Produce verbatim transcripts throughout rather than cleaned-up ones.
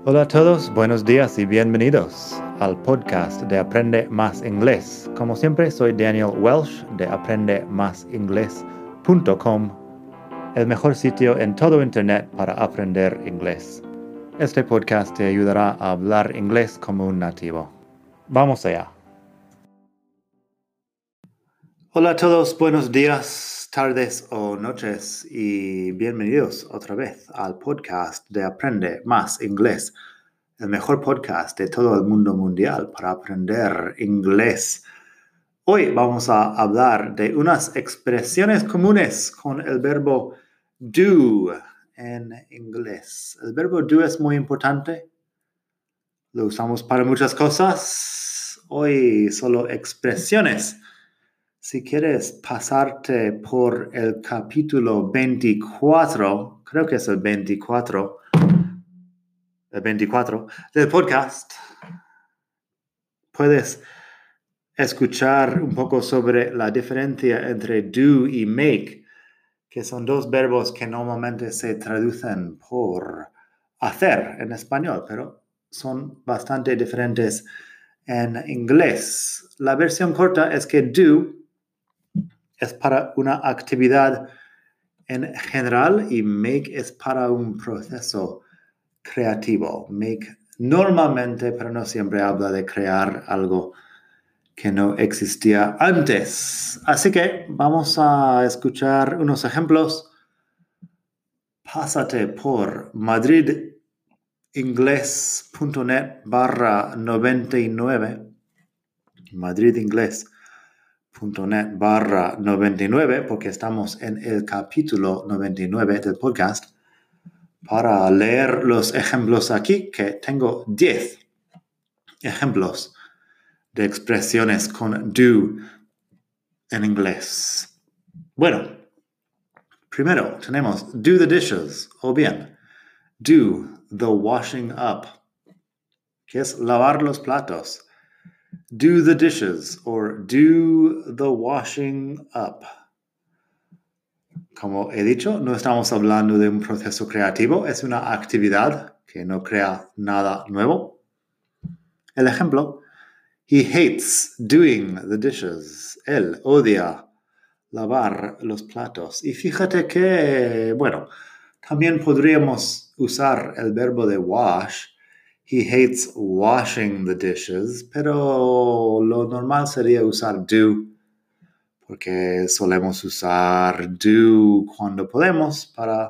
Hola a todos, buenos días y bienvenidos al podcast de Aprende Más Inglés. Como siempre, soy Daniel Welsh de aprende más inglés punto com, el mejor sitio en todo Internet para aprender inglés. Este podcast te ayudará a hablar inglés como un nativo. Vamos allá. Hola a todos, buenos días, tardes o noches y bienvenidos otra vez al podcast de Aprende Más Inglés, el mejor podcast de todo el mundo mundial para aprender inglés. Hoy vamos a hablar de unas expresiones comunes con el verbo do en inglés. El verbo do es muy importante. Lo usamos para muchas cosas. Hoy solo expresiones. Si quieres pasarte por el capítulo veinticuatro, creo que es el veinticuatro, el veinticuatro del podcast, puedes escuchar un poco sobre la diferencia entre do y make, que son dos verbos que normalmente se traducen por hacer en español, pero son bastante diferentes en inglés. La versión corta es que do es para una actividad en general y make es para un proceso creativo. Make normalmente, pero no siempre, habla de crear algo que no existía antes. Así que vamos a escuchar unos ejemplos. Pásate por madridingles.net barra 99. madridingles.net barra 99, porque estamos en el capítulo noventa y nueve del podcast, para leer los ejemplos aquí, que tengo diez ejemplos de expresiones con do en inglés. Bueno, primero tenemos do the dishes, o bien do the washing up, que es lavar los platos. Do the dishes or do the washing up. Como he dicho, no estamos hablando de un proceso creativo, es una actividad que no crea nada nuevo. El ejemplo, he hates doing the dishes. Él odia lavar los platos. Y fíjate que, bueno, también podríamos usar el verbo de wash. He hates washing the dishes, pero lo normal sería usar do, porque solemos usar do cuando podemos para,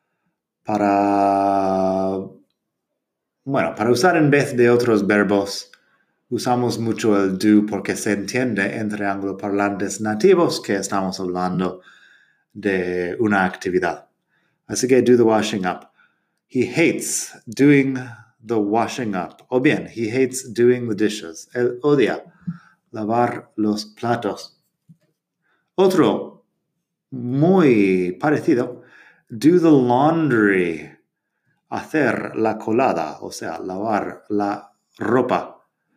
para, bueno, para usar en vez de otros verbos. Usamos mucho el do porque se entiende entre angloparlantes nativos que estamos hablando de una actividad. Así que do the washing up. He hates doing the washing up. O bien, he hates doing the dishes. Él odia lavar los platos. Otro muy parecido, do the laundry. Hacer la colada, o sea, lavar la ropa.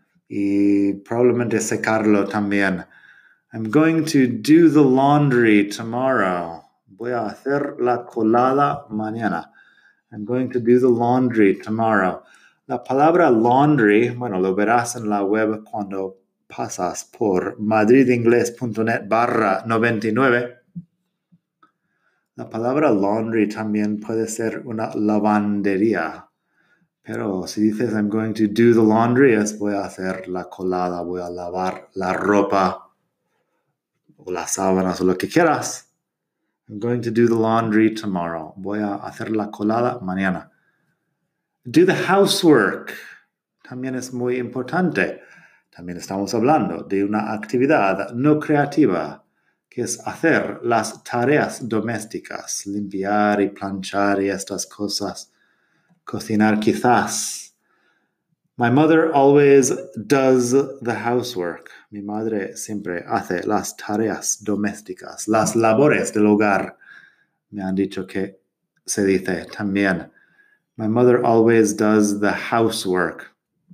Y probablemente secarlo también. I'm going to do the laundry tomorrow. Voy a hacer la colada mañana. I'm going to do the laundry tomorrow. La palabra laundry, bueno, lo verás en la web cuando pasas por madridingles.net barra 99. La palabra laundry también puede ser una lavandería. Pero si dices I'm going to do the laundry, es voy a hacer la colada, voy a lavar la ropa o las sábanas o lo que quieras. I'm going to do the laundry tomorrow. Voy a hacer la colada mañana. Do the housework. También es muy importante. También estamos hablando de una actividad no creativa, que es hacer las tareas domésticas, limpiar y planchar y estas cosas. Cocinar quizás. My mother always does the housework. Mi madre siempre hace las tareas domésticas, las labores del hogar. Me han dicho que se dice también. My mother always does the housework.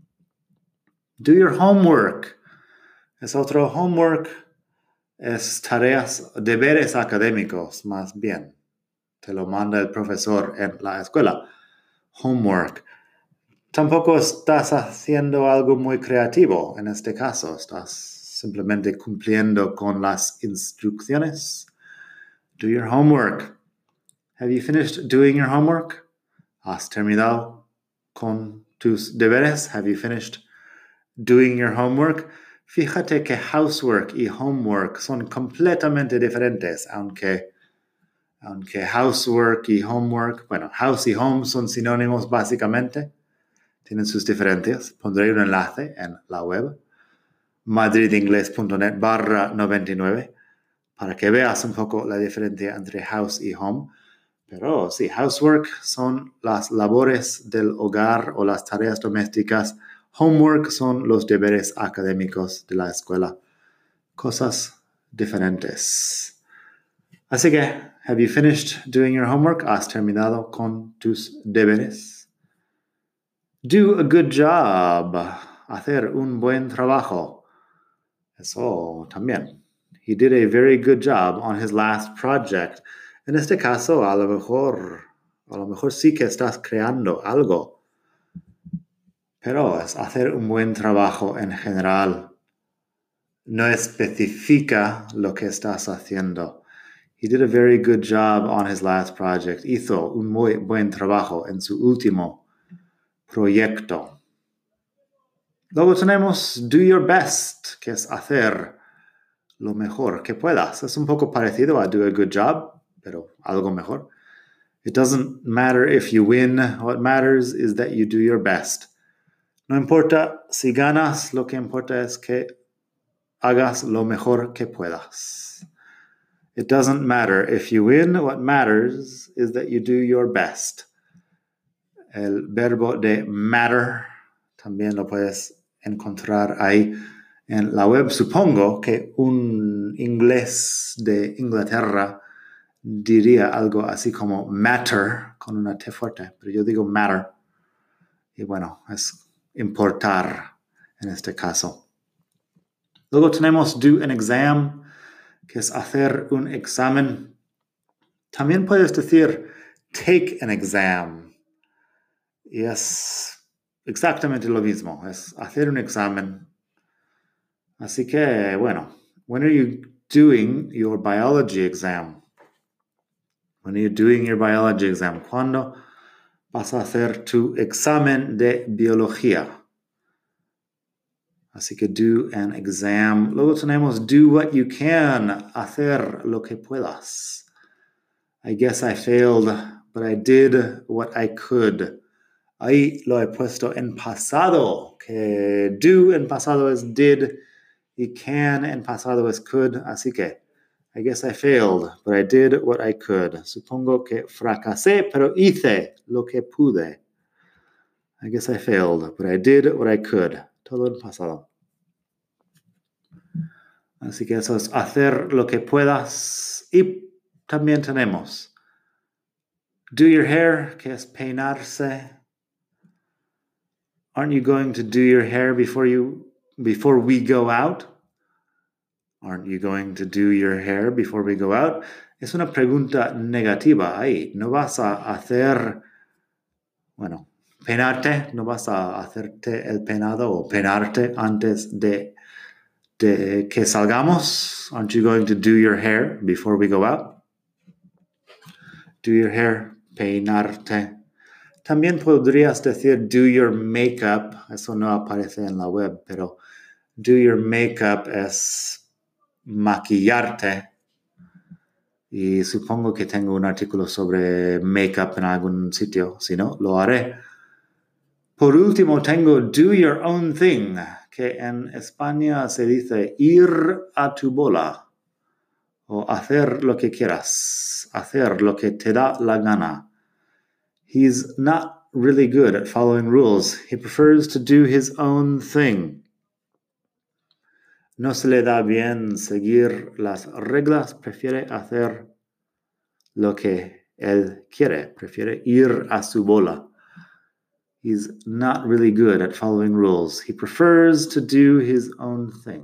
Do your homework. Es otro homework. Es tareas, deberes académicos, más bien. Te lo manda el profesor en la escuela. Homework. tampoco estás haciendo algo muy creativo en este caso. Estás simplemente cumpliendo con las instrucciones. Do your homework. Have you finished doing your homework? ¿Has terminado con tus deberes? Have you finished doing your homework? Fíjate que housework y homework son completamente diferentes, aunque, aunque housework y homework, bueno, house y home son sinónimos básicamente, tienen sus diferencias. Pondré un enlace en la web, madridingles.net barra 99, para que veas un poco la diferencia entre house y home. Pero sí, housework son las labores del hogar o las tareas domésticas. Homework son los deberes académicos de la escuela. Cosas diferentes. Así que, have you finished doing your homework? ¿Has terminado con tus deberes? Do a good job. Hacer un buen trabajo. Eso también. He did a very good job on his last project. En este caso, a lo mejor, a lo mejor sí que estás creando algo, pero es hacer un buen trabajo en general. No especifica lo que estás haciendo. He did a very good job on his last project. Hizo un muy buen trabajo en su último proyecto. Luego tenemos do your best, que es hacer lo mejor que puedas. Es un poco parecido a do a good job, pero algo mejor. It doesn't matter if you win. What matters is that you do your best. No importa si ganas, lo que importa es que hagas lo mejor que puedas. It doesn't matter if you win. What matters is that you do your best. El verbo de matter también lo puedes encontrar ahí en la web. Supongo que un inglés de Inglaterra diría algo así como matter, con una T fuerte, pero yo digo matter. Y bueno, es importar en este caso. Luego tenemos do an exam, que es hacer un examen. También puedes decir take an exam. Y es exactamente lo mismo, es hacer un examen. Así que, bueno, when are you doing your biology exam? When are you doing your biology exam? ¿Cuándo vas a hacer tu examen de biología? Así que do an exam. Luego tenemos do what you can. Hacer lo que puedas. I guess I failed, but I did what I could. Ahí lo he puesto en pasado, que do en pasado es did y can en pasado es could. Así que I guess I failed, but I did what I could. Supongo que fracasé, pero hice lo que pude. I guess I failed, but I did what I could. Todo en pasado. Así que eso es hacer lo que puedas. Y también tenemos do your hair, que es peinarse. Aren't you going to do your hair before you before we go out? Aren't you going to do your hair before we go out? Es una pregunta negativa ahí. No vas a hacer, bueno, peinarte, no vas a hacerte el peinado o peinarte antes de, de que salgamos. Aren't you going to do your hair before we go out? Do your hair, peinarte. También podrías decir do your makeup. Eso no aparece en la web, pero do your makeup es maquillarte. Y supongo que tengo un artículo sobre makeup en algún sitio. Si no, lo haré. Por último, tengo do your own thing, que en España se dice ir a tu bola o hacer lo que quieras, hacer lo que te da la gana. He's not really good at following rules. He prefers to do his own thing. No se le da bien seguir las reglas, prefiere hacer lo que él quiere, prefiere ir a su bola. He's not really good at following rules. He prefers to do his own thing.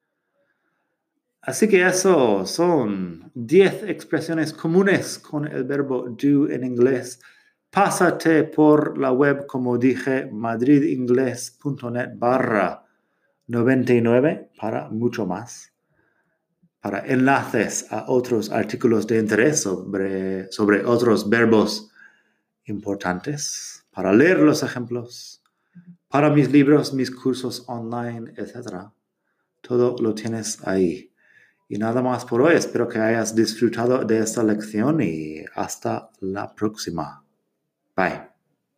Así que eso son diez expresiones comunes con el verbo do en inglés. pásate por la web, como dije, madridingles.net barra 99 para mucho más. Para enlaces a otros artículos de interés sobre, sobre otros verbos importantes, para leer los ejemplos, para mis libros, mis cursos online, etcétera. Todo lo tienes ahí. Y nada más por hoy. Espero que hayas disfrutado de esta lección y hasta la próxima. Bye.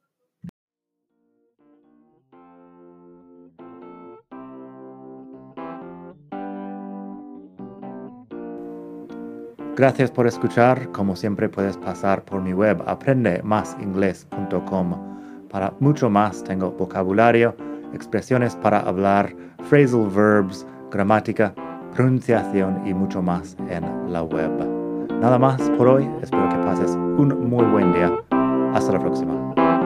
Gracias por escuchar. Como siempre puedes pasar por mi web aprende más inglés punto com. Para mucho más tengo vocabulario, expresiones para hablar, phrasal verbs, gramática, pronunciación y mucho más en la web. Nada más por hoy. Espero que pases un muy buen día. Hasta la próxima.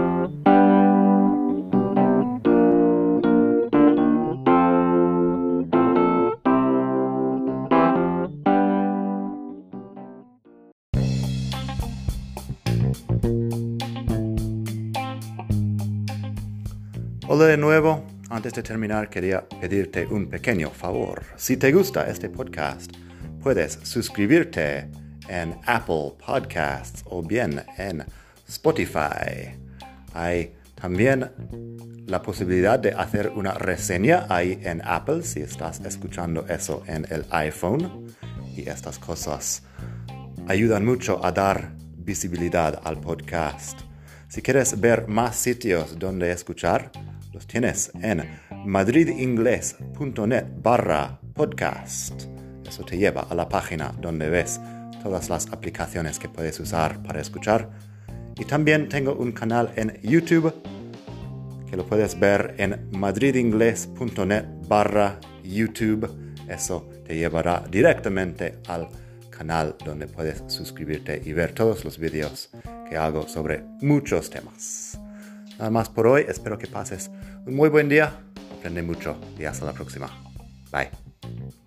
Hola de nuevo. Antes de terminar, quería pedirte un pequeño favor. Si te gusta este podcast, puedes suscribirte en Apple Podcasts o bien en Spotify. Hay también la posibilidad de hacer una reseña ahí en Apple si estás escuchando eso en el iPhone. Y estas cosas ayudan mucho a dar visibilidad al podcast. Si quieres ver más sitios donde escuchar, los tienes en madridingles.net barra podcast. Eso te lleva a la página donde ves todas las aplicaciones que puedes usar para escuchar. Y también tengo un canal en YouTube que lo puedes ver en madridingles.net barra YouTube. Eso te llevará directamente al canal donde puedes suscribirte y ver todos los vídeos que hago sobre muchos temas. Nada más por hoy. Espero que pases un muy buen día. Aprende mucho y hasta la próxima. Bye.